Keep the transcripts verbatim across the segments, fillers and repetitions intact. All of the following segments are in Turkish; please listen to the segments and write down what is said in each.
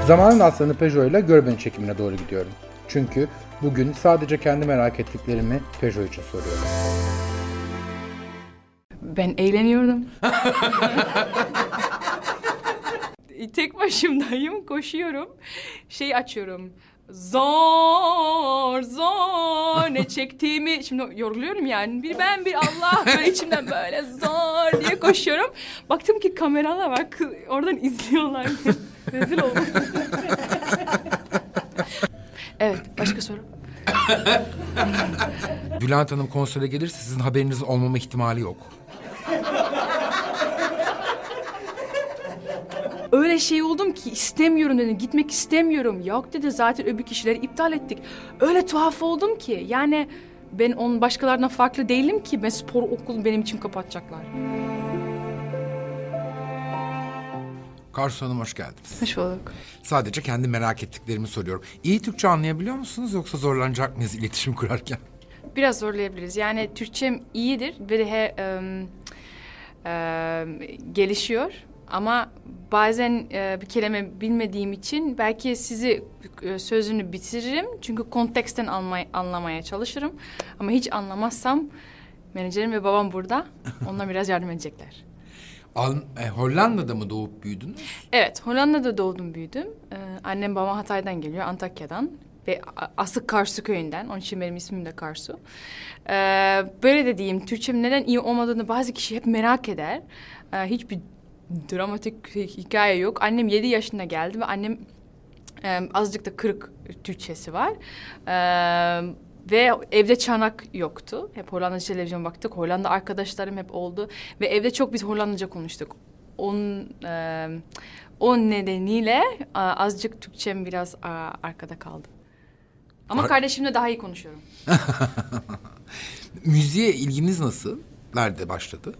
Zamanın aslanı Peugeot ile Gör Beni çekimine doğru gidiyorum. Çünkü bugün sadece kendi merak ettiklerimi Peugeot için soruyorum. Ben eğleniyorum. Tek başımdayım, koşuyorum. Şey açıyorum. Zor, zor ne çektiğimi... Şimdi yoruluyorum yani. Bir ben bir Allah böyle içimden böyle zor diye koşuyorum. Baktım ki kameralar var. Oradan izliyorlar. Rezil oldum. Evet, başka soru. Bülent Hanım konsere gelirse sizin haberinizin olmama ihtimali yok. Öyle şey oldum ki istemiyorum dedi, gitmek istemiyorum. Yok dedi, zaten öbür kişileri iptal ettik. Öyle tuhaf oldum ki yani ben onun başkalarından farklı değilim ki. Ben spor okulu benim için kapatacaklar. Karsu Hanım hoş geldiniz. Hoş bulduk. Sadece kendi merak ettiklerimi soruyorum. İyi Türkçe anlayabiliyor musunuz yoksa zorlanacak mıyız iletişim kurarken? Biraz zorlayabiliriz. Yani Türkçem iyidir ve de e, e, gelişiyor. Ama bazen e, bir kelime bilmediğim için belki sizi e, sözünü bitiririm. Çünkü konteksten almay- anlamaya çalışırım. Ama hiç anlamazsam menajerim ve babam burada. Onlar biraz yardım edecekler. Al, e, Hollanda'da mı doğup büyüdünüz? Evet, Hollanda'da doğdum büyüdüm. Ee, annem babam Hatay'dan geliyor, Antakya'dan. Ve aslı Karsu köyünden. Onun için benim ismim de Karsu. Ee, böyle de diyeyim, Türkçem neden iyi olmadığını bazı kişi hep merak eder. Ee, hiçbir dramatik hikaye yok. Annem yedi yaşında geldi ve annem e, azıcık da kırık Türkçesi var. Ee, ve evde çanak yoktu. Hep Hollandaca televizyon baktık. Hollanda arkadaşlarım hep oldu. Ve evde çok biz Hollandaca konuştuk. Onun, e, o nedeniyle a, azıcık Türkçem biraz a, arkada kaldı. Ama Ar- kardeşimle daha iyi konuşuyorum. Müziğe ilginiz nasıl? Nerede başladı?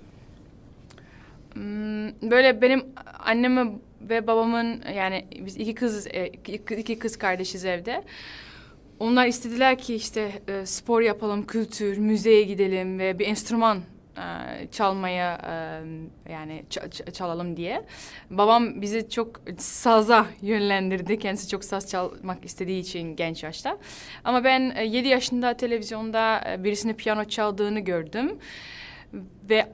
Böyle benim anneme ve babamın yani biz iki kız iki kız kardeşiz evde. Onlar istediler ki işte spor yapalım, kültür, müzeye gidelim ve bir enstrüman çalmaya yani çalalım diye. Babam bizi çok saza yönlendirdi. Kendisi çok saz çalmak istediği için genç yaşta. Ama ben yedi yaşında televizyonda birisinin piyano çaldığını gördüm. Ve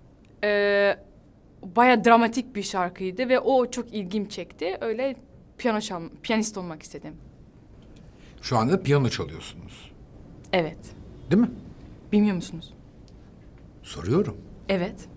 e, bayağı dramatik bir şarkıydı ve o çok ilgim çekti. Öyle piyano çal, piyanist olmak istedim. Şu anda piyano çalıyorsunuz. Evet. Değil mi? Bilmiyor musunuz? Soruyorum. Evet.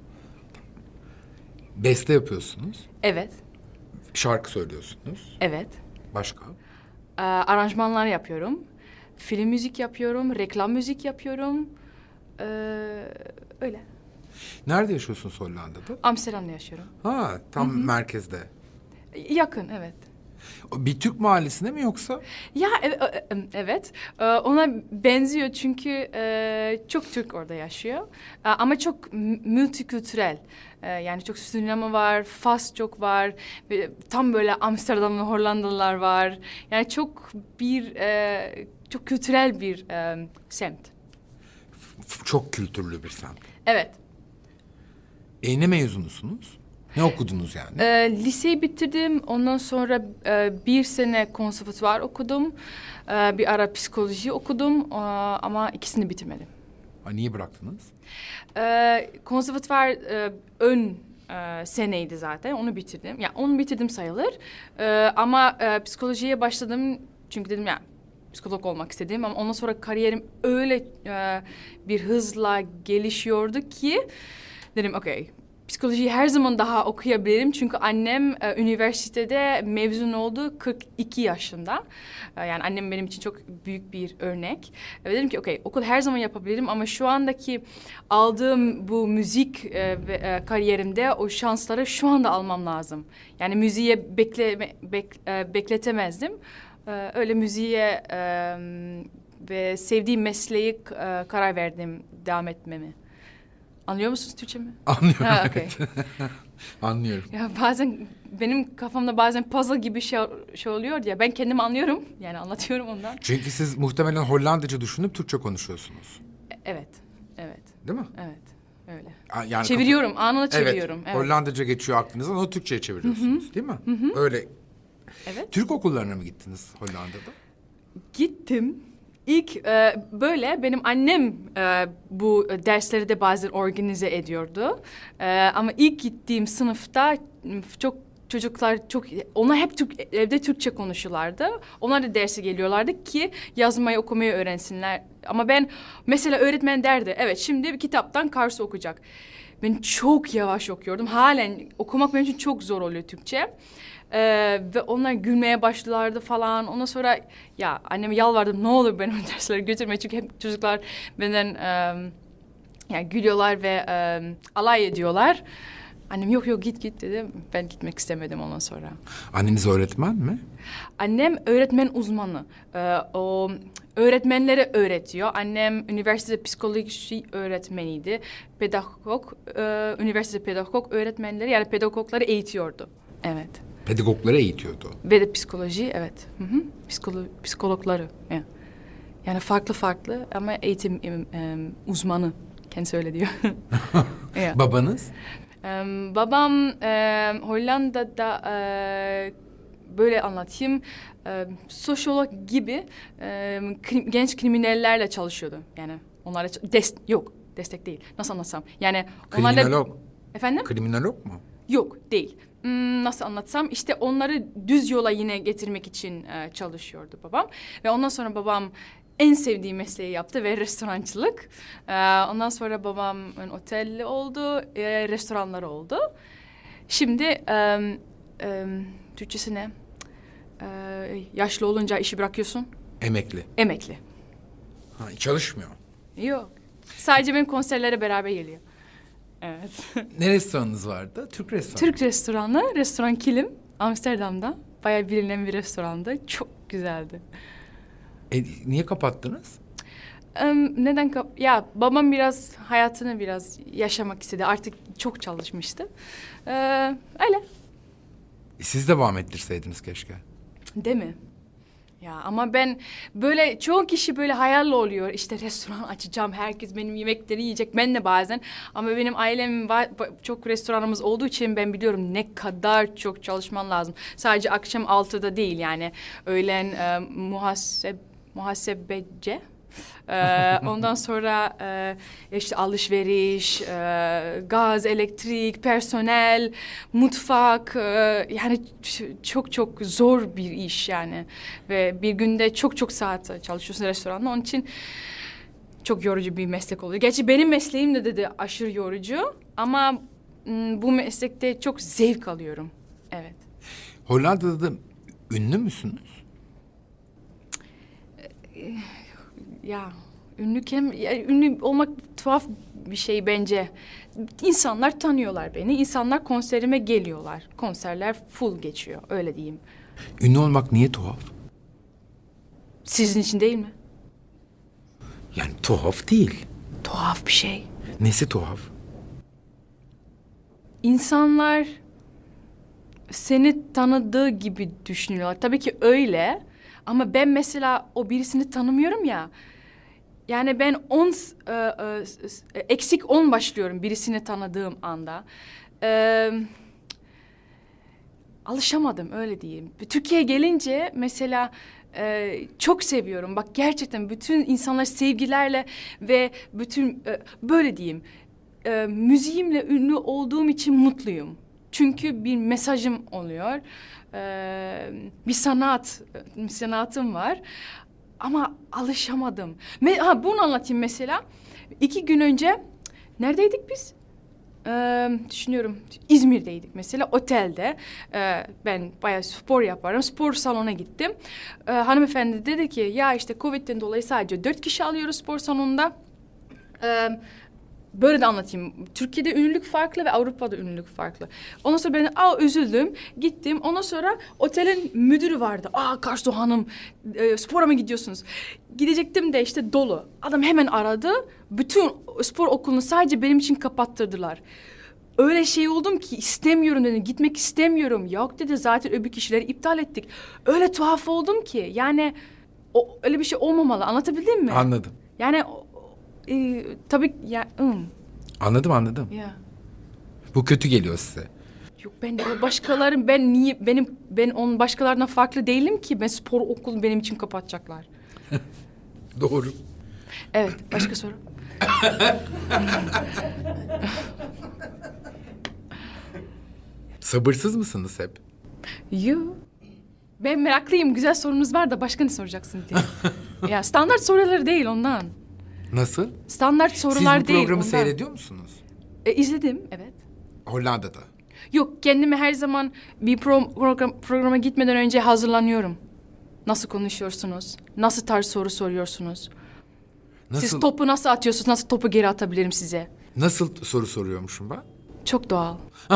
Beste yapıyorsunuz. Evet. Şarkı söylüyorsunuz. Evet. Başka? Ee, aranjmanlar yapıyorum. Film müzik yapıyorum. Reklam müzik yapıyorum. Ee, öyle. Nerede yaşıyorsunuz Hollanda'da? Amsterdam'da yaşıyorum. Ha, tam Hı-hı. merkezde. Yakın, evet. Bir Türk mahallesinde mi yoksa? Ya evet, ona benziyor çünkü çok Türk orada yaşıyor. Ama çok multikültürel. Yani çok sinema var, Fas çok var. Tam böyle Amsterdamlı Hollandalılar var. Yani çok bir, çok kültürel bir semt. Çok kültürlü bir semt. Evet. E ne mezunusunuz? Ne okudunuz yani? E, liseyi bitirdim. Ondan sonra e, bir sene konservatuvar okudum. E, bir ara psikoloji okudum. E, ama ikisini bitirmedim. Ha, niye bıraktınız? E, konservatuvar e, ön e, seneydi zaten. Onu bitirdim. Ya yani onu bitirdim sayılır. E, ama e, psikolojiye başladım. Çünkü dedim ya psikolog olmak istedim. Ama ondan sonra kariyerim öyle e, bir hızla gelişiyordu ki dedim okey. Psikolojiyi her zaman daha okuyabilirim. Çünkü annem e, üniversitede mezun oldu kırk iki yaşında. E, yani annem benim için çok büyük bir örnek. E, dedim ki okey okul her zaman yapabilirim ama şu andaki aldığım bu müzik e, ve, e, kariyerimde o şansları şu anda almam lazım. Yani müziğe bekle, bek, e, bekletemezdim. E, öyle müziğe e, ve sevdiğim mesleği e, karar verdim devam etmemi. Anlıyor musunuz Türkçemi? Anlıyorum. Ha, okay. Anlıyorum. Ya bazen benim kafamda bazen puzzle gibi şey, şey oluyor ya. Ben kendim anlıyorum. Yani anlatıyorum ondan. Çünkü siz muhtemelen Hollandaca düşünüp Türkçe konuşuyorsunuz. Evet. Evet. Değil mi? Evet. Öyle. Yani çeviriyorum. Kafa... Anında çeviriyorum. Evet. Evet. Hollandaca geçiyor aklınızdan. Onu Türkçe'ye çeviriyorsunuz. Hı-hı. Değil mi? Hı-hı. Öyle Evet. Türk okullarına mı gittiniz Hollanda'da? Gittim. İlk e, böyle benim annem e, bu dersleri de bazen organize ediyordu. E, ama ilk gittiğim sınıfta çok çocuklar çok onlar hep Türk, evde Türkçe konuşuyorlardı. Onlar da derse geliyorlardı ki yazmayı okumayı öğrensinler. Ama ben mesela öğretmen derdi evet şimdi bir kitaptan Kars okuyacak. Ben çok yavaş okuyordum. Halen okumak benim için çok zor oluyor Türkçe. Ee, ve onlar gülmeye başladılardı falan. Ondan sonra ya anneme yalvardım ne olur beni o derslere götürme. Çünkü hep çocuklar benden e, yani gülüyorlar ve e, alay ediyorlar. Annem yok yok git git dedi. Ben gitmek istemedim ondan sonra. Anneniz öğretmen mi? Annem öğretmen uzmanı. Ee, o öğretmenlere öğretiyor. Annem üniversitede psikoloji öğretmeniydi. Pedagog, e, üniversite pedagog öğretmenleri yani pedagogları eğitiyordu. Evet. Pedagogları eğitiyordu. Ve de psikoloji evet. Hı hı. Psikolo psikologları. Yani. yani farklı farklı ama eğitim e, uzmanı. Kendisi öyle diyor. yeah. Babanız? Um, babam e, Hollanda'da e, böyle anlatayım e, sosyolog gibi e, krim, genç kriminallerle çalışıyordu. Yani onlara des yok destek değil. Nasıl anlatsam? Yani onlarla Kriminolog. Efendim? Kriminolog mu? Yok değil. Hmm, nasıl anlatsam işte onları düz yola yine getirmek için e, çalışıyordu babam ve ondan sonra babam en sevdiği mesleği yaptı ve restorancılık. Ee, ondan sonra babam otelli oldu, e, restoranları oldu. Şimdi e, e, Türkçesi ne? E, yaşlı olunca işi bırakıyorsun. Emekli. Emekli. Ha, çalışmıyor. Yok. Sadece benim konserlere beraber geliyor. Evet. Ne restoranınız vardı? Türk restoranı. Türk restoranı, restoran Kilim, Amsterdam'da. Bayağı bilinen bir restorandı. Çok güzeldi. E, niye kapattınız? Um, neden kap... Ya babam biraz hayatını biraz yaşamak istedi. Artık çok çalışmıştı. Ee, öyle. E, siz devam ettirseydiniz keşke. Değil mi? Ya ama ben böyle çoğu kişi böyle hayalle oluyor. İşte restoran açacağım. Herkes benim yemekleri yiyecek. Ben de bazen. Ama benim ailem var, çok restoranımız olduğu için ben biliyorum ne kadar çok çalışman lazım. Sadece akşam altıda değil yani. Öğlen e, muhasebe muhasebeci. ee, ondan sonra e, işte alışveriş, e, gaz, elektrik, personel, mutfak e, yani çok çok zor bir iş yani ve bir günde çok çok saat çalışıyorsun restoranda onun için çok yorucu bir meslek oluyor. Gerçi benim mesleğim de dedi aşırı yorucu ama m, bu meslekte çok zevk alıyorum. Evet. Hollanda'da da ünlü müsünüz? Ya ünlü kem, ya, ünlü olmak tuhaf bir şey bence. İnsanlar tanıyorlar beni. İnsanlar konserime geliyorlar. Konserler full geçiyor. Öyle diyeyim. Ünlü olmak niye tuhaf? Sizin için değil mi? Yani tuhaf değil. Tuhaf bir şey. Nesi tuhaf? İnsanlar seni tanıdığı gibi düşünüyorlar. Tabii ki öyle. Ama ben mesela o birisini tanımıyorum ya. Yani ben on e, e, eksik on başlıyorum birisini tanıdığım anda. E, alışamadım öyle diyeyim. Türkiye'ye gelince mesela e, çok seviyorum. Bak gerçekten bütün insanlar sevgilerle ve bütün e, böyle diyeyim. E, müziğimle ünlü olduğum için mutluyum. Çünkü bir mesajım oluyor. Ee, bir sanat, bir sanatım var. Ama alışamadım. Me ha, bunu anlatayım mesela. İki gün önce neredeydik biz? Ee, düşünüyorum. İzmir'deydik mesela otelde. Ee, ben bayağı spor yaparım. Spor salonuna gittim. Ee, hanımefendi dedi ki ya işte Covid'den dolayı sadece dört kişi alıyoruz spor salonunda. Ee, Böyle de anlatayım. Türkiye'de ünlülük farklı ve Avrupa'da ünlülük farklı. Ondan sonra ben aa üzüldüm. Gittim. Ondan sonra otelin müdürü vardı. Aa Karsu Hanım e, spora mı gidiyorsunuz? Gidecektim de işte dolu. Adam hemen aradı. Bütün spor okulunu sadece benim için kapattırdılar. Öyle şey oldum ki istemiyorum dedim. Gitmek istemiyorum. Yok dedi zaten öbür kişileri iptal ettik. Öyle tuhaf oldum ki. Yani o, öyle bir şey olmamalı. Anlatabildim mi? Anladım. Yani Ee, tabii ya. Hmm. Anladım anladım. Yeah. Bu kötü geliyor size. Yok ben de başkalarım ben niye benim ben onun başkalarından farklı değilim ki ben spor okulu benim için kapatacaklar. Doğru. Evet başka soru. Sabırsız mısınız hep? Yo. Ben meraklıyım. Güzel sorunuz var da başka ne soracaksın diye. Ya standart soruları değil ondan. Nasıl? Standart sorular Siz bu değil programı ondan. seyrediyor musunuz? E, izledim evet. Hollanda'da. Yok kendimi her zaman bir pro- program, programa gitmeden önce hazırlanıyorum. Nasıl konuşuyorsunuz? Nasıl tarz soru soruyorsunuz? Nasıl, Siz topu nasıl atıyorsunuz? Nasıl topu geri atabilirim size? nasıl soru soruyormuşum ben? Çok doğal.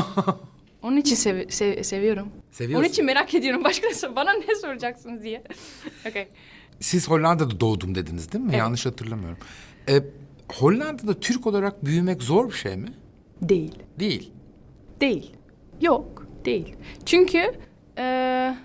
Onun için sev- sev- seviyorum. Seviyorsun. Onun için merak ediyorum. Başka ne sor- bana ne soracaksınız diye. Okay. Siz Hollanda'da doğdum dediniz değil mi? Evet. Yanlış hatırlamıyorum. Ee, Hollanda'da Türk olarak büyümek zor bir şey mi? Değil. Değil. Değil. Yok, değil. Çünkü eee,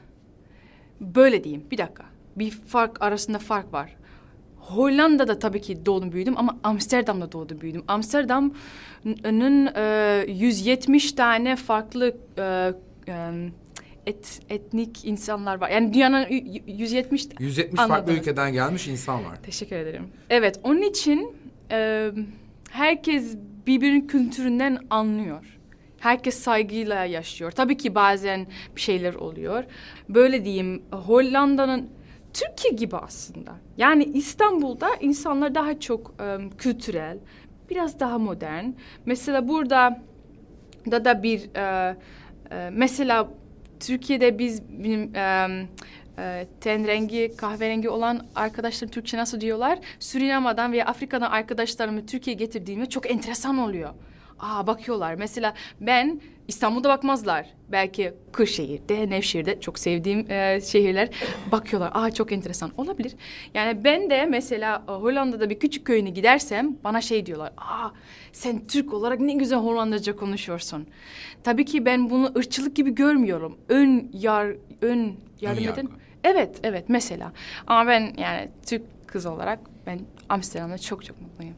böyle diyeyim. Bir dakika. Bir fark arasında fark var. Hollanda'da tabii ki doğdum büyüdüm ama Amsterdam'da doğdum büyüdüm. Amsterdam'ın eee, yüz yetmiş tane farklı eee, eee, et, etnik insanlar var. Yani dünyanın y- yüz yetmiş... yüz yetmiş farklı Anladınız. ülkeden gelmiş insan var. Teşekkür ederim. Evet, onun için eee, herkes birbirinin kültüründen anlıyor. Herkes saygıyla yaşıyor. Tabii ki bazen bir şeyler oluyor. Böyle diyeyim, Hollanda'nın Türkiye gibi aslında. Yani İstanbul'da insanlar daha çok em, kültürel, biraz daha modern. Mesela burada da da bir e, e, mesela Türkiye'de biz benim e, e, ten rengi, kahverengi olan arkadaşlarım Türkçe nasıl diyorlar? Surinam'dan veya Afrika'dan arkadaşlarımı Türkiye'ye getirdiğimde çok enteresan oluyor. Aa bakıyorlar. Mesela ben İstanbul'da bakmazlar. Belki Kırşehir'de, Nevşehir'de çok sevdiğim e, şehirler bakıyorlar. Aa çok enteresan olabilir. Yani ben de mesela e, Hollanda'da bir küçük köyüne gidersem bana şey diyorlar. Aa sen Türk olarak ne güzel Hollandaca konuşuyorsun. Tabii ki ben bunu ırkçılık gibi görmüyorum. Ön yar ön yardım yargı. eden. Evet evet mesela. Ama ben yani Türk kız olarak ben Amsterdam'da çok çok mutluyum.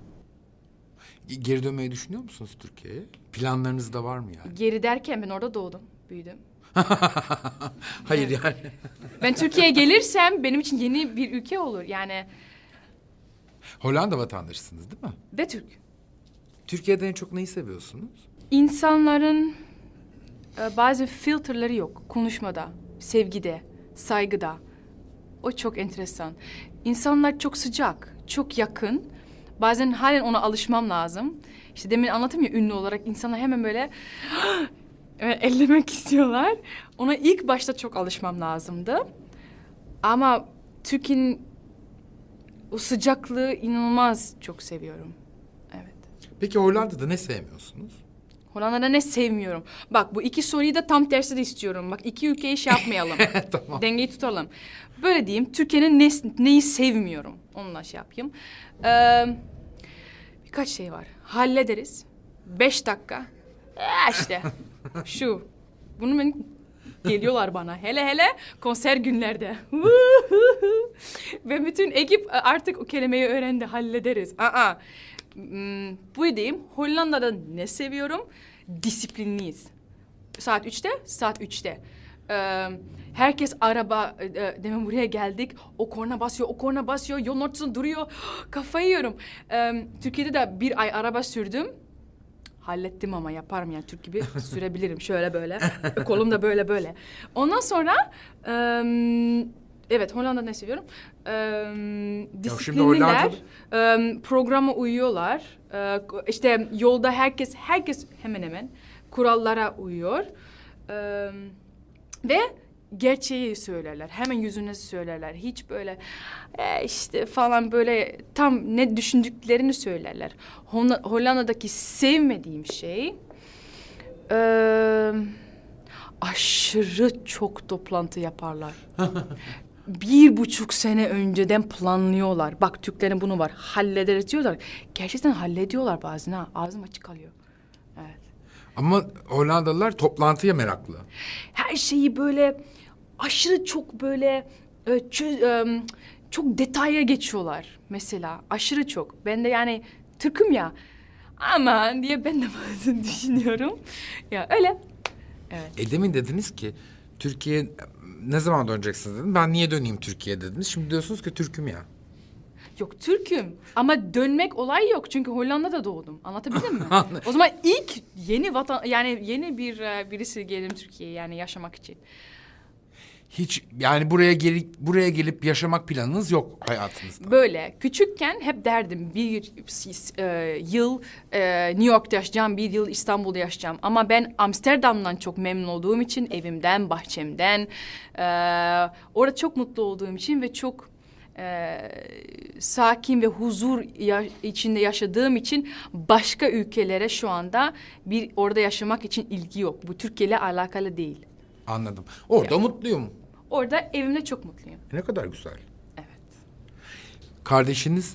Geri dönmeyi düşünüyor musunuz Türkiye'ye? Planlarınız da var mı yani? Geri derken ben orada doğdum, büyüdüm. Hayır yani. Ben Türkiye'ye gelirsem benim için yeni bir ülke olur. Yani Hollanda vatandaşısınız değil mi? ve Türk. Türkiye'de en çok neyi seviyorsunuz? İnsanların e, bazı filtreleri yok konuşmada, sevgide, saygıda. O çok enteresan. İnsanlar çok sıcak, çok yakın. Bazen halen ona alışmam lazım. İşte demin anlattım ya ünlü olarak insanlar hemen böyle evet, ellemek istiyorlar. Ona ilk başta çok alışmam lazımdı. Ama Türk'ün o sıcaklığı inanılmaz çok seviyorum. Evet. Peki Hollanda'da ne sevmiyorsunuz? Hollanda'da ne sevmiyorum? Bak bu iki soruyu da tam tersi de istiyorum. Bak iki ülkeyi şey yapmayalım. Tamam. Dengeyi tutalım. Böyle diyeyim. Türkiye'nin ne, neyi sevmiyorum? Onunla şey yapayım. Ee, birkaç şey var. Hallederiz. Beş dakika. Ee, işte. Şu. Bunu ben geliyorlar bana. Hele hele konser günlerde. Ve bütün ekip artık o kelimeyi öğrendi. Hallederiz. Aa. Hmm, bu diyeyim. Hollanda'da ne seviyorum? Disiplinliyiz. Saat üçte, saat üçte. Ee, herkes araba, e, demin buraya geldik. O korna basıyor, o korna basıyor. Yolun ortasında duruyor. Kafayı yiyorum. Ee, Türkiye'de de bir ay araba sürdüm. Hallettim ama yaparım yani Türk gibi sürebilirim. Şöyle böyle. Kolum da böyle böyle. Ondan sonra... E, evet Hollanda'da ne seviyorum? E, disiplinliler. E, programa uyuyorlar. E, işte yolda herkes, herkes hemen hemen kurallara uyuyor. E, ve gerçeği söylerler. Hemen yüzüne söylerler. Hiç böyle e, işte falan böyle tam ne düşündüklerini söylerler. Hol- Hollanda'daki sevmediğim şey e, aşırı çok toplantı yaparlar. Bir buçuk sene önceden planlıyorlar. Bak Türklerin bunu var. Hallederiz diyorlar. Gerçekten hallediyorlar bazen ha. Ağzım açık kalıyor. Evet. Ama Hollandalılar toplantıya meraklı. Her şeyi böyle aşırı çok böyle e, çö- e, çok detaya geçiyorlar mesela. Aşırı çok. Ben de yani Türk'üm ya. Aman diye ben de bazen düşünüyorum. Ya öyle. Evet. E demin dediniz ki Türkiye ne zaman döneceksiniz dedim. Ben niye döneyim Türkiye dediniz. Şimdi diyorsunuz ki Türk'üm ya. Yok Türk'üm ama dönmek olay yok çünkü Hollanda'da doğdum. Anlatabildim mi? O zaman ilk yeni vatan yani yeni bir e, birisi geldim Türkiye'ye yani yaşamak için. Hiç yani buraya geri, buraya gelip yaşamak planınız yok hayatınızda. Böyle küçükken hep derdim bir e, yıl e, New York'ta yaşayacağım, bir yıl İstanbul'da yaşayacağım. Ama ben Amsterdam'dan çok memnun olduğum için evimden, bahçemden e, orada çok mutlu olduğum için ve çok e, sakin ve huzur ya, içinde yaşadığım için başka ülkelere şu anda bir orada yaşamak için ilgi yok. Bu Türkiye ile alakalı değil. Anladım. Orada Ya. mutluyum. Orada evimde çok mutluyum. Ne kadar güzel. Evet. Kardeşiniz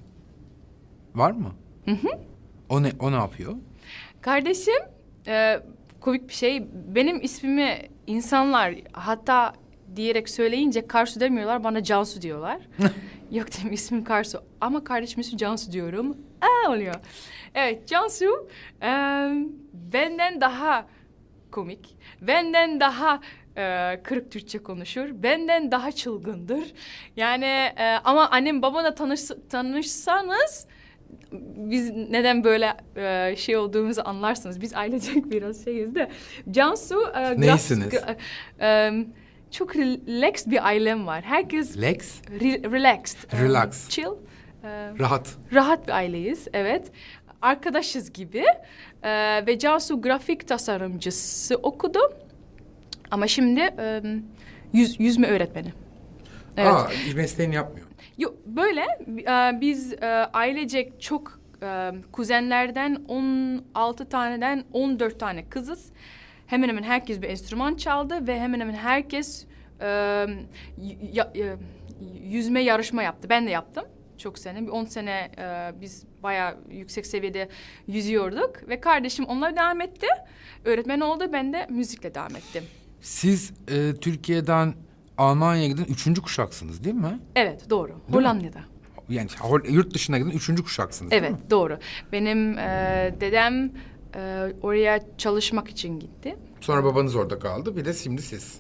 var mı? Hı hı. O ne o ne yapıyor? Kardeşim e, komik bir şey. Benim ismimi insanlar hatta diyerek söyleyince Karsu demiyorlar bana Cansu diyorlar. Yok dedim ismim Karsu ama kardeşim ismi Cansu diyorum. Aa oluyor. Evet Cansu e, benden daha komik, benden daha e, kırık Türkçe konuşur, benden daha çılgındır. Yani e, ama annem babamla tanış, tanışsanız biz neden böyle e, şey olduğumuzu anlarsınız. Biz ailecek biraz şeyiz de. Cansu... E, Neysiniz? Gras, e, e, çok relaxed bir ailem var. Herkes... Lex? Re, relaxed. Relax. E, chill. E, Rahat. rahat bir aileyiz, evet. Arkadaşız gibi. E, ve Cansu grafik tasarımcısı okudu. Ama şimdi e, yüz, yüzme öğretmeni. Evet. Aa, mesleğini yapmıyor. Yok böyle e, biz e, ailecek çok e, kuzenlerden on altı taneden on dört tane kızız. Hemen hemen herkes bir enstrüman çaldı ve hemen hemen herkes e, ya, e, yüzme yarışma yaptı. Ben de yaptım çok sene. Bir on sene e, biz bayağı yüksek seviyede yüzüyorduk ve kardeşim onunla devam etti. Öğretmen oldu, ben de müzikle devam ettim. Siz e, Türkiye'den Almanya'ya giden üçüncü kuşaksınız değil mi? Evet doğru. mi? Hollanda'da. Yani Hol- yurt dışına giden üçüncü kuşaksınız değil Evet mi? doğru. Benim e, dedem e, oraya çalışmak için gitti. Sonra babanız orada kaldı bir de şimdi siz.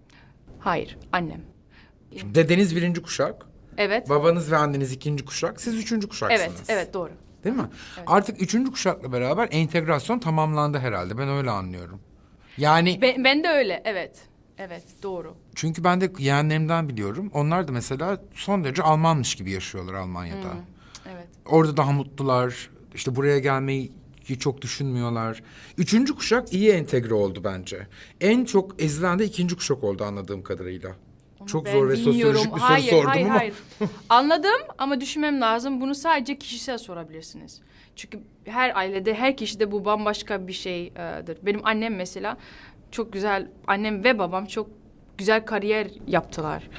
Hayır annem. Şimdi dedeniz birinci kuşak, Evet. babanız ve anneniz ikinci kuşak, siz üçüncü kuşaksınız. Evet evet doğru. Değil mi? Evet. Artık üçüncü kuşakla beraber entegrasyon tamamlandı herhalde. Ben öyle anlıyorum. Yani Ben, ben de öyle evet. Evet doğru. çünkü ben de yeğenlerimden biliyorum. Onlar da mesela son derece Almanmış gibi yaşıyorlar Almanya'da. Evet. Orada daha mutlular. İşte buraya gelmeyi çok düşünmüyorlar. Üçüncü kuşak iyi entegre oldu bence. En çok ezilen de ikinci kuşak oldu anladığım kadarıyla. Onu Çok ben zor ve bilmiyorum. sosyolojik bir hayır, soru sordum hayır, ama. Hayır Anladım ama düşünmem lazım. Bunu sadece kişisel sorabilirsiniz. Çünkü her ailede, her kişide bu bambaşka bir şeydir. Benim annem mesela çok güzel, annem ve babam çok güzel kariyer yaptılar.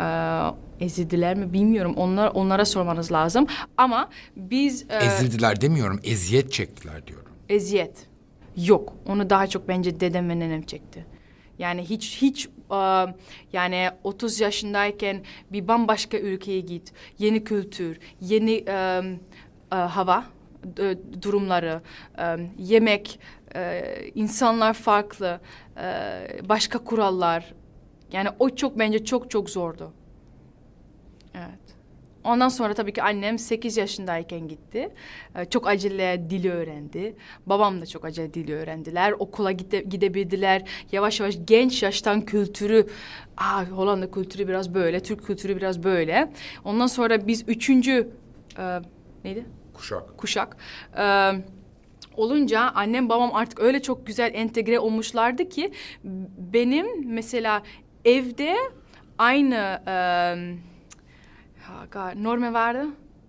Ee, ezildiler mi bilmiyorum. Onlar onlara sormanız lazım. Ama biz e, Ezildiler demiyorum, eziyet çektiler diyorum. eziyet yok. Onu daha çok bence dedem ve nenem çekti. Yani hiç hiç e, yani otuz yaşındayken bir bambaşka ülkeye git, yeni kültür, yeni e, e, hava e, durumları, e, yemek, e, insanlar farklı, e, başka kurallar. Yani o çok bence çok çok zordu. Evet. Ondan sonra tabii ki annem sekiz yaşındayken gitti. Ee, çok acele dili öğrendi. Babam da çok acele dili öğrendiler. Okula gide, gidebildiler. Yavaş yavaş genç yaştan kültürü... Aa, Hollanda kültürü biraz böyle, Türk kültürü biraz böyle. Ondan sonra biz üçüncü... E, neydi? Kuşak. Kuşak. E, olunca annem babam artık öyle çok güzel entegre olmuşlardı ki... Benim mesela evde aynı... E, Ha, norme vardı.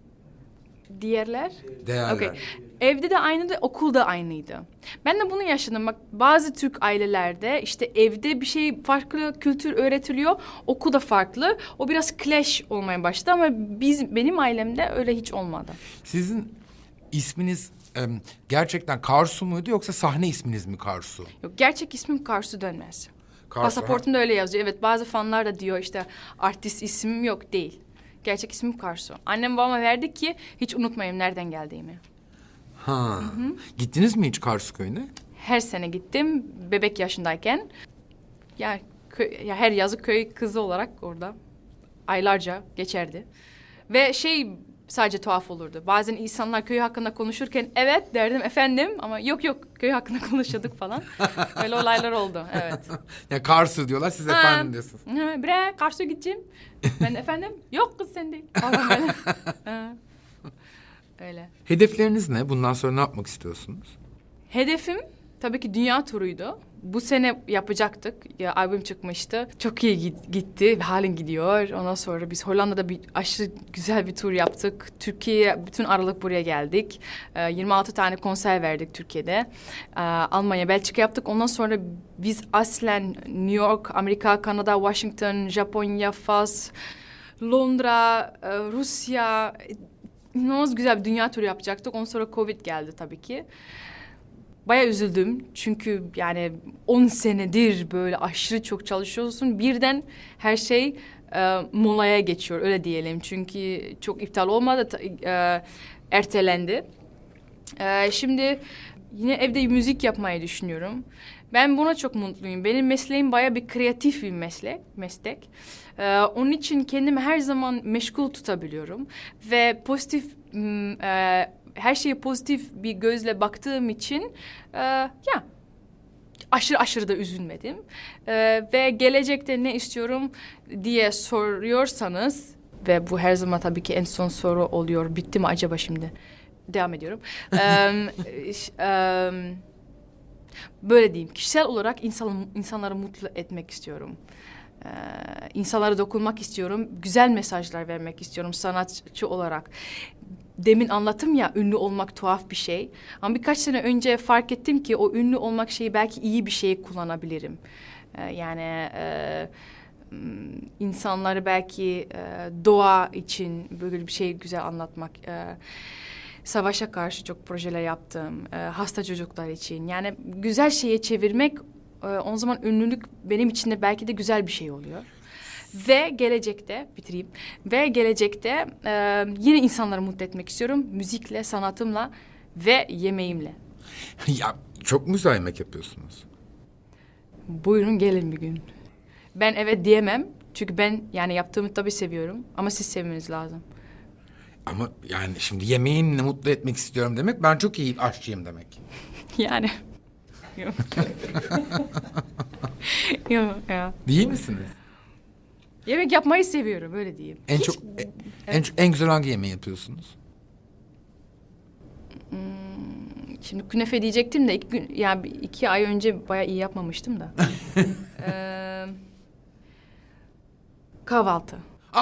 Diğerler? Değerler. Okay. Evde de aynıydı, okulda aynıydı. Ben de bunu yaşadım. Bak bazı Türk ailelerde işte evde bir şey farklı kültür öğretiliyor, okulda farklı. O biraz clash olmaya başladı ama biz benim ailemde öyle hiç olmadı. Sizin isminiz e, gerçekten Karsu muydu yoksa sahne isminiz mi Karsu? Yok gerçek ismim Karsu Dönmez. Karsu, Pasaportumda öyle yazıyor. Evet bazı fanlar da diyor işte artist ismim yok değil. Gerçek ismim Karsu. Annem babama verdi ki hiç unutmayayım nereden geldiğimi. Ha. Gittiniz mi hiç Karsu köyüne? her sene gittim bebek yaşındayken. Ya, köy, ya her yazı köy kızı olarak orada aylarca geçerdi. Ve şey sadece tuhaf olurdu. Bazen insanlar köy hakkında konuşurken evet derdim efendim ama yok yok köy hakkında konuşuyorduk falan. Öyle olaylar oldu evet. Ya Karsu diyorlar siz Ha, efendim diyorsunuz. ha, Bre Karsu'ya gideceğim. Ben efendim yok kız sen değil. Falan böyle. Ha, öyle. Hedefleriniz ne? Bundan sonra ne yapmak istiyorsunuz? Hedefim tabii ki dünya turuydu. Bu sene yapacaktık. Ya, albüm çıkmıştı. Çok iyi git- gitti. Halen gidiyor. Ondan sonra biz Hollanda'da bir aşırı güzel bir tur yaptık. Türkiye'ye bütün Aralık buraya geldik. Ee, yirmi altı tane konser verdik Türkiye'de. Ee, Almanya, Belçika yaptık. Ondan sonra biz aslen New York, Amerika, Kanada, Washington, Japonya, Fas, Londra, e, Rusya... İnanılmaz güzel bir dünya turu yapacaktık. Ondan sonra Covid geldi tabii ki. Bayağı üzüldüm. Çünkü yani on senedir böyle aşırı çok çalışıyorsun. Birden her şey e, molaya geçiyor öyle diyelim. Çünkü çok iptal olmadı. ta- e, ertelendi. E, şimdi yine evde müzik yapmayı düşünüyorum. Ben buna çok mutluyum. Benim mesleğim bayağı bir kreatif bir meslek. meslek. Ee, onun için kendimi her zaman meşgul tutabiliyorum. Ve pozitif, m, e, her şeye pozitif bir gözle baktığım için e, ya aşırı aşırı da üzülmedim. E, ve gelecekte ne istiyorum diye soruyorsanız ve bu her zaman tabii ki en son soru oluyor. Bitti mi acaba şimdi? Devam ediyorum. e, ş- e, Böyle diyeyim, kişisel olarak insan, insanları mutlu etmek istiyorum. Ee, insanlara dokunmak istiyorum. Güzel mesajlar vermek istiyorum sanatçı olarak. Demin anlattım ya ünlü olmak tuhaf bir şey. Ama birkaç sene önce fark ettim ki o ünlü olmak şeyi belki iyi bir şeye kullanabilirim. Ee, yani e, insanları belki e, doğa için böyle bir şey güzel anlatmak... E, Savaşa karşı çok projeler yaptım. E, hasta çocuklar için. Yani güzel şeye çevirmek e, o zaman ünlülük benim için de belki de güzel bir şey oluyor. Ve gelecekte bitireyim. Ve gelecekte e, yine insanları mutlu etmek istiyorum. Müzikle, sanatımla ve yemeğimle. Ya çok mu güzel yemek yapıyorsunuz? Buyurun gelin bir gün. Ben evet diyemem. Çünkü ben yani yaptığımı tabii seviyorum. Ama siz sevmeniz lazım. Ama yani şimdi yemeğimle mutlu etmek istiyorum demek ben çok iyi aşçıyım demek. Yani. Yok. Yok ya. Değil misiniz? Yemek yapmayı seviyorum öyle diyeyim. En Hiç- çok en, en, en güzel hangi yemeği yapıyorsunuz? Şimdi künefe diyecektim de iki gün yani bir- iki ay önce bayağı iyi yapmamıştım da. Ee, kahvaltı.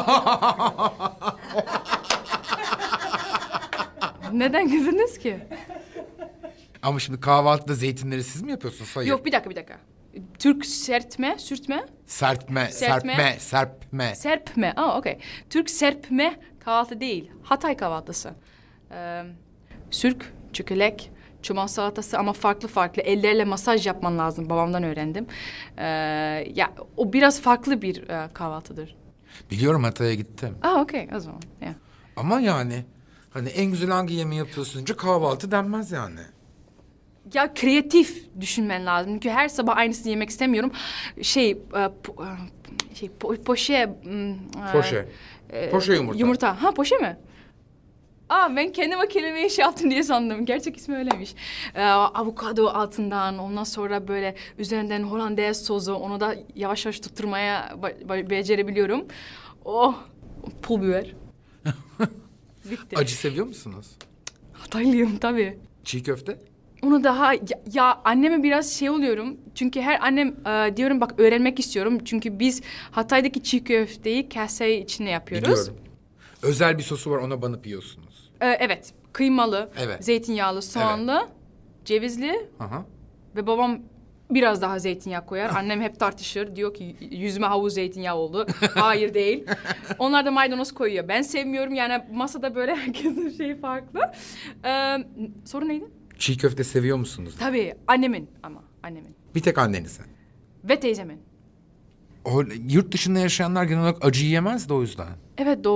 Neden güldünüz ki? Ama şimdi kahvaltıda zeytinleri siz mi yapıyorsunuz? Hayır. Yok bir dakika bir dakika. Türk sertme, sürtme, Serpme, Serpme. serpme, serpme. serpme. Aa okey. Türk serpme kahvaltı değil. Hatay kahvaltısı. Ee, sürk, çökelek, çoban salatası ama farklı farklı. Ellerle masaj yapman lazım. Babamdan öğrendim. Ee, ya o biraz farklı bir e, kahvaltıdır. Biliyorum Hatay'a gittim. Aa okey o zaman. Yeah. Ama yani hani en güzel hangi yemeği yapıyorsun deyince kahvaltı denmez yani. Ya kreatif düşünmen lazım. Çünkü her sabah aynısını yemek istemiyorum. Şey, e, po, e, şey po, poşe. mm, e, Poşe. e, Poşe yumurta. Yumurta. Ha poşe mi? Aa ben kendime kelimeyi şey yaptım diye sandım. Gerçek ismi öyleymiş. Ee, avokado altından ondan sonra böyle üzerinden Hollandaise sosu onu da yavaş yavaş tutturmaya ba- ba- becerebiliyorum. Oh pul biber. Bitti. Acı seviyor musunuz? Hataylıyım tabii. Çiğ köfte? Onu daha ya, ya anneme biraz şey oluyorum. Çünkü her annem e, diyorum bak öğrenmek istiyorum. Çünkü biz Hatay'daki çiğ köfteyi kase içinde yapıyoruz. Biliyorum. Özel bir sosu var ona banıp yiyorsunuz. E, evet. Kıymalı, Evet. zeytinyağlı, soğanlı, cevizli Aha. ve babam biraz daha zeytinyağı koyar. Annem hep tartışır. Diyor ki yüzüme havuz zeytinyağı oldu. Hayır değil. Onlar da maydanoz koyuyor. Ben sevmiyorum yani masada böyle herkesin şeyi farklı. E, soru neydi? Çiğ köfte seviyor musunuz? Tabii annemin ama annemin. Bir tek annenize. Ve teyzemin. O, yurt dışında yaşayanlar genel olarak acı yiyemez de o yüzden. Evet doğru.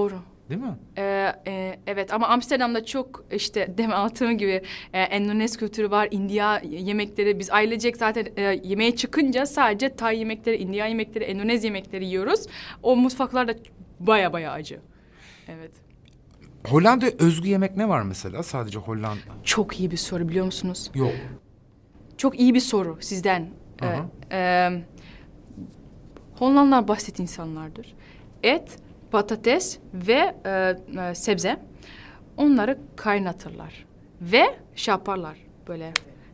Değil mi? Ee, e, evet ama Amsterdam'da çok işte demin anlattığım gibi e, Endonez kültürü var, India yemekleri. Biz ailecek zaten e, yemeğe çıkınca sadece Tay yemekleri, India yemekleri, Endonez yemekleri yiyoruz. O mutfaklar da baya baya acı. Evet. Hollanda özgü yemek ne var mesela? Sadece Hollanda. Çok iyi bir soru biliyor musunuz? Yok. Çok iyi bir soru sizden. Ee, Aha. e, Hollandalılar basit insanlardır. Et, patates ve e, e, sebze onları kaynatırlar ve şey yaparlar böyle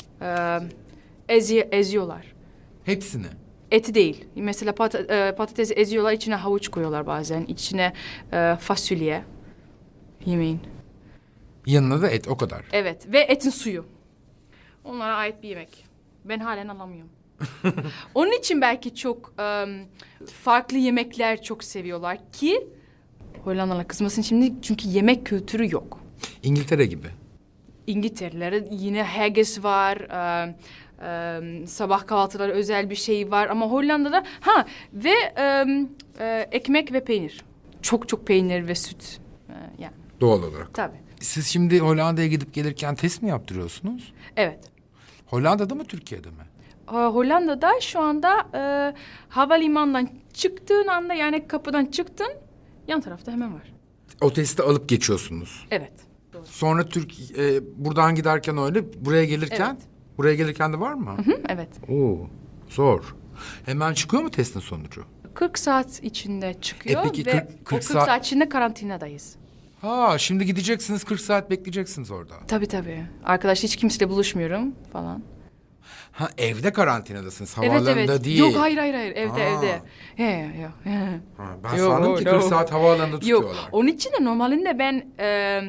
e, ezi, eziyorlar. Hepsini. Eti değil. Mesela pat, e, patatesi eziyorlar, içine havuç koyuyorlar bazen, içine e, fasulye yemeğin. Yanına da et, o kadar. Evet ve etin suyu. Onlara ait bir yemek. Ben halen alamıyorum. Onun için belki çok um, farklı yemekler çok seviyorlar ki Hollandalılar kızmasın şimdi çünkü yemek kültürü yok. İngiltere gibi. İngiltere'lere yine haggis var, um, um, sabah kahvaltıları özel bir şey var ama Hollanda'da ha ve um, e, ekmek ve peynir. Çok çok peynir ve süt. E, yani. Doğal olarak. Tabii. Siz şimdi Hollanda'ya gidip gelirken test mi yaptırıyorsunuz? Evet. Hollanda'da mı, Türkiye'de mi? Hollanda'da şu anda e, havalimanından çıktığın anda yani kapıdan çıktın yan tarafta hemen var. O testi alıp geçiyorsunuz. Evet. Sonra Türk e, buradan giderken öyle, buraya gelirken Evet. buraya gelirken de var mı? Hı, evet. Oo, zor. Hemen çıkıyor mu testin sonucu? kırk saat içinde çıkıyor E peki ve kırk- o kırk kırk saat- saat içinde karantinadayız. Ha, şimdi gideceksiniz, kırk saat bekleyeceksiniz orada. Tabii tabii. Arkadaş hiç kimseyle buluşmuyorum falan. Ha, evde karantinadasınız, Evet havaalanında evet. değil. Yok hayır hayır hayır evde Ha. evde. He yok. Ha, ben Yo, sandım ki no. kırk saat havaalanında tutuyorlar. Yok. Onun için de normalinde ben e,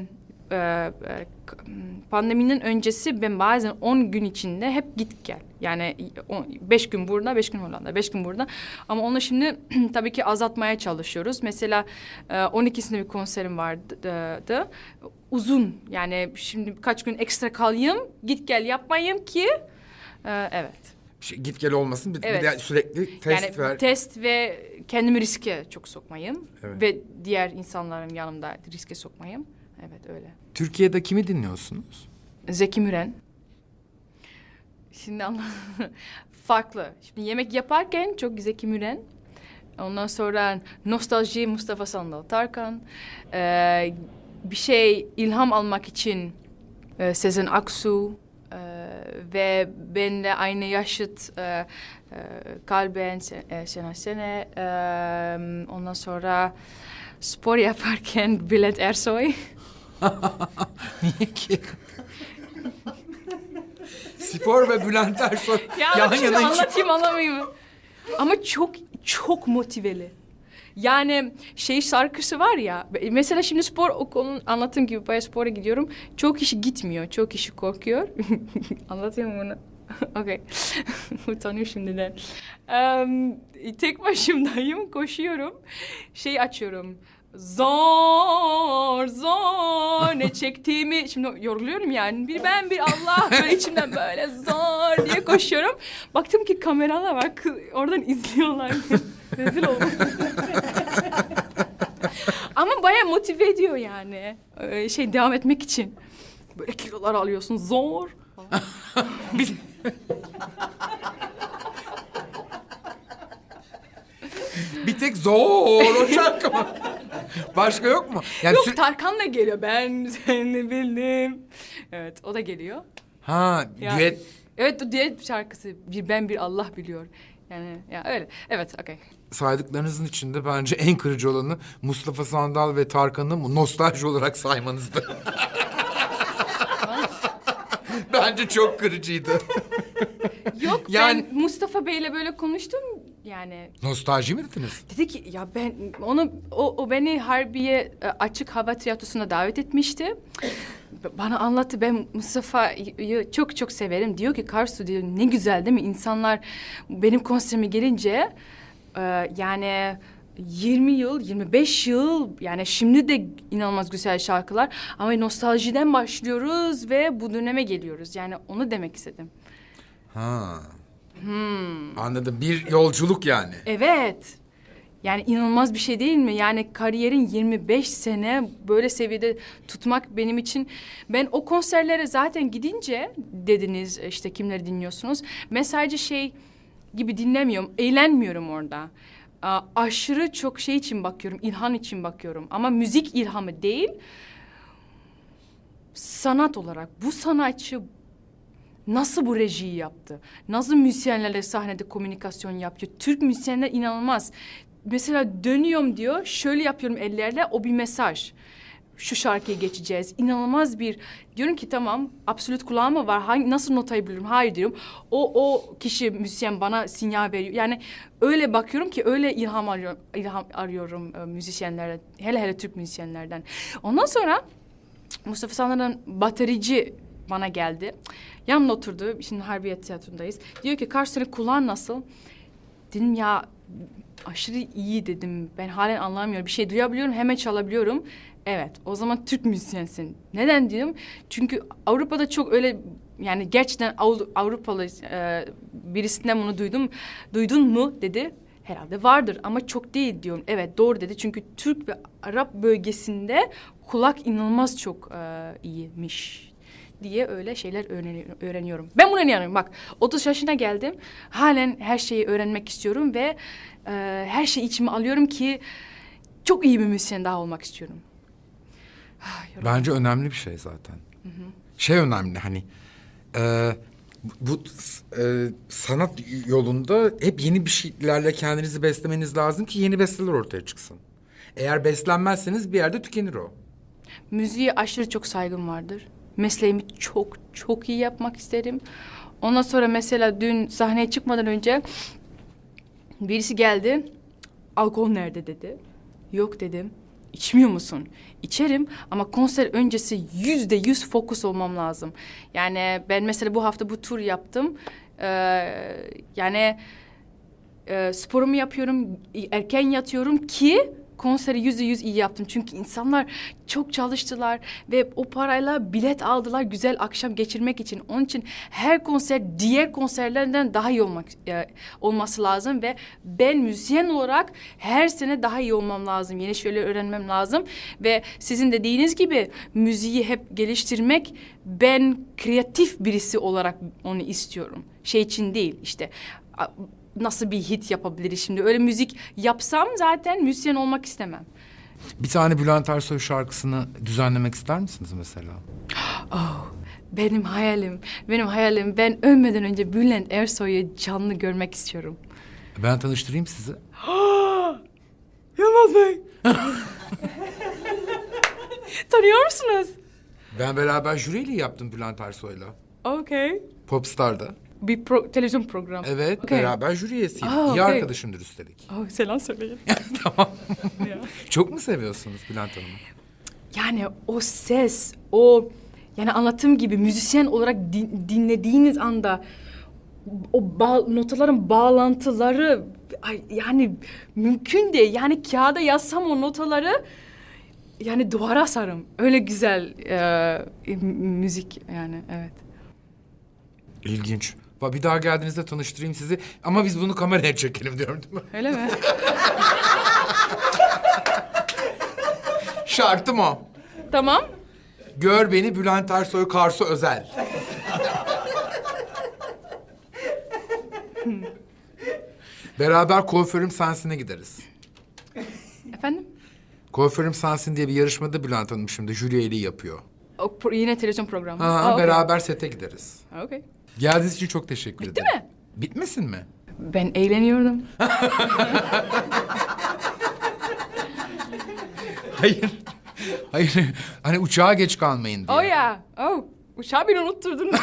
e, e, pandeminin öncesi ben bazen on gün içinde hep git gel. Yani on, beş gün burada, beş gün Hollanda, beş gün burada. Ama onu şimdi tabii ki azaltmaya çalışıyoruz. Mesela e, on ikisinde bir konserim vardı. Da, uzun yani şimdi birkaç gün ekstra kalayım, git gel yapmayayım ki e, evet. Bir şey, git gel olmasın, bir, Evet. bir de sürekli test Yani ver. test ve kendimi riske çok sokmayayım. Evet. Ve diğer insanların yanımda riske sokmayayım. Evet öyle. Türkiye'de kimi dinliyorsunuz? Zeki Müren. Şimdi anla farklı. Şimdi yemek yaparken çok Zeki Müren. Ondan sonra nostalji Mustafa Sandal Tarkan. Ee, bir şey ilham almak için e, Sezen Aksu. Ee, ve benimle aynı yaşıt e, e, Kalben, Se- e, Şener Şene. E, ondan sonra spor yaparken Bülent Ersoy. Niye ki? Spor ve Bülent Ersoy Ya yan bak şimdi yana hiç... anlatayım anlamayayım. Ama çok çok motiveli. Yani şey şarkısı var ya. Mesela şimdi spor okulun anlattığım gibi bayağı spora gidiyorum. Çok kişi gitmiyor. Çok kişi korkuyor. Anlatayım bunu. Okey. Utanıyor şimdiden. Um, tek başımdayım. Koşuyorum. Şey açıyorum. Zor zor ne çektiğimi şimdi yoruluyorum yani bir ben bir Allah böyle içimden böyle zor diye koşuyorum. Baktım ki kameralar var oradan izliyorlar. Rezil oldum. Ama bayağı motive ediyor yani ee, şey devam etmek için. Böyle kilolar alıyorsun zor. Bir... bir tek zor o şarkı mı? Başka yok mu? Yani Yok sü- Tarkan da geliyor ben seni bildim. Evet o da geliyor. Ha, Ya, düet. Evet o düet şarkısı bir ben bir Allah biliyor. Yani ya öyle. Evet okey. Saydıklarınızın içinde bence en kırıcı olanı Mustafa Sandal ve Tarkan'ı nostalji olarak saymanızdı. Bence çok kırıcıydı. Yok Yani- ben Mustafa Bey'le böyle konuştum yani. Nostalji mi dediniz? Dedi ki ya ben onu o, o beni Harbiye e, açık hava tiyatrosuna davet etmişti. Bana anlattı ben Mustafa'yı çok çok severim. Diyor ki Karsu diyor ne güzel değil mi? İnsanlar benim konserime gelince e, yani yirmi yıl, yirmi beş yıl yani şimdi de inanılmaz güzel şarkılar ama nostaljiden başlıyoruz ve bu döneme geliyoruz. Yani onu demek istedim. Ha. Hmm. Anladım. Bir yolculuk yani. Evet. Yani inanılmaz bir şey değil mi? Yani kariyerin yirmi beş sene böyle seviyede tutmak benim için... Ben o konserlere zaten gidince dediniz işte kimleri dinliyorsunuz. Ben sadece şey gibi dinlemiyorum, eğlenmiyorum orada. A- aşırı çok şey için bakıyorum, ilham için bakıyorum. Ama müzik ilhamı değil, sanat olarak. Bu sanatçı nasıl bu rejiyi yaptı? Nasıl müzisyenlerle sahnede komünikasyon yapıyor? Türk müzisyenler inanılmaz. Mesela dönüyorum diyor, şöyle yapıyorum ellerle, o bir mesaj. Şu şarkıyı geçeceğiz. İnanılmaz bir... Diyorum ki tamam, absolut kulağım mı var? Hangi, nasıl notayı biliyorum? Hayır diyorum. O, o kişi, müzisyen bana sinyal veriyor. Yani öyle bakıyorum ki öyle ilham arıyorum, ilham arıyorum e, müzisyenlerden. Hele hele Türk müzisyenlerden. Ondan sonra Mustafa Sandal'ın baterici bana geldi. Yanımda oturdu. Şimdi Harbiye Tiyatro'ndayız. Diyor ki karşı sene kulağın nasıl? Dedim ya aşırı iyi dedim. Ben halen anlamıyorum. Bir şey duyabiliyorum, hemen çalabiliyorum. Evet, o zaman Türk müzisyensin. Neden diyorum? Çünkü Avrupa'da çok öyle yani gerçekten Av- Avrupalı e, birisinden bunu duydum. Duydun mu dedi. Herhalde vardır ama çok değil diyorum. Evet doğru dedi. Çünkü Türk ve Arap bölgesinde kulak inanılmaz çok e, iyiymiş diye öyle şeyler öğreni- öğreniyorum. Ben buna inanıyorum. Bak otuz yaşına geldim. Halen her şeyi öğrenmek istiyorum ve e, her şeyi içime alıyorum ki çok iyi bir müzisyen daha olmak istiyorum. Bence önemli bir şey zaten. Hı hı. Şey önemli hani e, bu e, sanat yolunda hep yeni bir şeylerle kendinizi beslemeniz lazım ki yeni besteler ortaya çıksın. Eğer beslenmezseniz bir yerde tükenir o. Müziğe aşırı çok saygım vardır. Mesleğimi çok çok iyi yapmak isterim. Ondan sonra mesela dün sahneye çıkmadan önce birisi geldi. Alkol nerede dedi. Yok dedim. İçmiyor musun? İçerim ama konser öncesi yüzde yüz fokus olmam lazım. Yani ben mesela bu hafta bu tur yaptım. Ee, yani e, sporumu yapıyorum, erken yatıyorum ki konseri yüzde yüz iyi yaptım. Çünkü insanlar çok çalıştılar ve o parayla bilet aldılar güzel akşam geçirmek için. Onun için her konser diğer konserlerden daha iyi olmak e, olması lazım ve ben müzisyen olarak her sene daha iyi olmam lazım. Yeni şeyler öğrenmem lazım ve sizin dediğiniz gibi müziği hep geliştirmek, ben kreatif birisi olarak onu istiyorum. Şey için değil işte nasıl bir hit yapabiliriz şimdi? Öyle müzik yapsam zaten müzisyen olmak istemem. Bir tane Bülent Ersoy şarkısını düzenlemek ister misiniz mesela? Oh, benim hayalim, benim hayalim. Ben ölmeden önce Bülent Ersoy'u canlı görmek istiyorum. Ben tanıştırayım sizi. Yılmaz Bey. Tanıyor musunuz? Ben beraber jüriyle yaptım Bülent Ersoy'la. Okay. Popstar'da. Bir pro- televizyon programı. Evet, Okay. beraber jüri üyesiyim. Aa, İyi okay. arkadaşımdır üstelik. Oh, selam söyleyin. Tamam. Ya. Çok mu seviyorsunuz Bülent Hanım'ı? Yani o ses, o yani anlattığım gibi müzisyen olarak din- dinlediğiniz anda o ba- notaların bağlantıları ay, yani mümkün değil. Yani kağıda yazsam o notaları yani duvara asarım. Öyle güzel e, müzik yani evet. İlginç. Bak bir daha geldiğinizde tanıştırayım sizi. Ama biz bunu kameraya çekelim diyorum değil mi? Öyle mi? Şartım o. Tamam. Gör beni Bülent Ersoy Karsu Özel. Beraber Kuaförüm Sensin'e gideriz. Efendim? Kuaförüm Sensin diye bir yarışmada Bülent Hanım şimdi jüri üyeliği yapıyor. O pro- yine televizyon programı. Ha, Aa, okay. beraber sete gideriz. Okay. Geldiğiniz için çok teşekkür Bitti ederim. mi? Bitmesin mi? Ben eğleniyordum. Hayır. Hayır. Hani uçağa geç kalmayın diye. Oh ya. Oh. Uçağı bile unutturdun.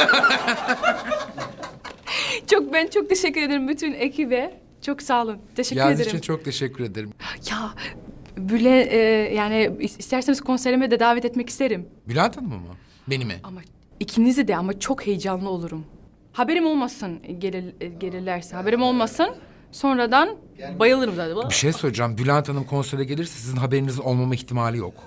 Çok ben çok teşekkür ederim bütün ekibe. Çok sağ olun. Teşekkür Geldiğiniz ederim. için çok teşekkür ederim. Ya böyle e, yani isterseniz konserime de davet etmek isterim. Bülent Hanım'ı mı? Beni mi? Ama ikinizi de ama çok heyecanlı olurum. Haberim olmasın gelir, gelirlerse. Haberim olmasın. Sonradan bayılırım zaten. Bir şey söyleyeceğim. Bülent Hanım konsere gelirse sizin haberinizin olmama ihtimali yok.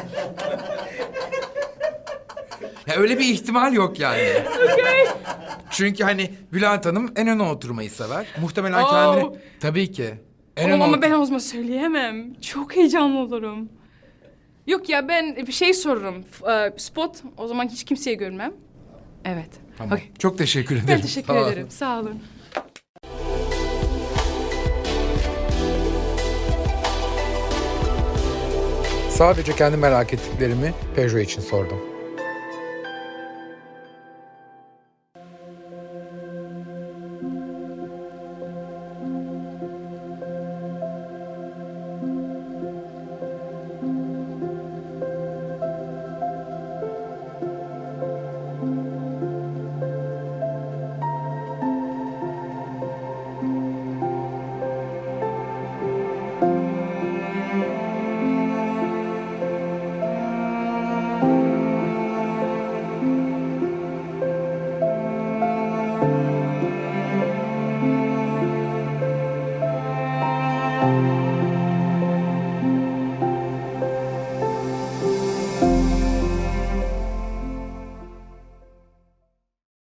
Ya öyle bir ihtimal yok yani. Okay. Çünkü hani Bülent Hanım en öne oturmayı sever. Muhtemelen Oo. kendini... Tabii ki. En Oğlum öne ama otur- ben o zaman söyleyemem. Çok heyecanlı olurum. Yok ya ben bir şey sorurum. F- e, Spot o zaman hiç kimseye görmem. Evet. Tamam. Okey. Çok teşekkür ederim. Ben teşekkür Sağ ol. ederim. Sağ olun. Sadece kendi merak ettiklerimi Peugeot için sordum.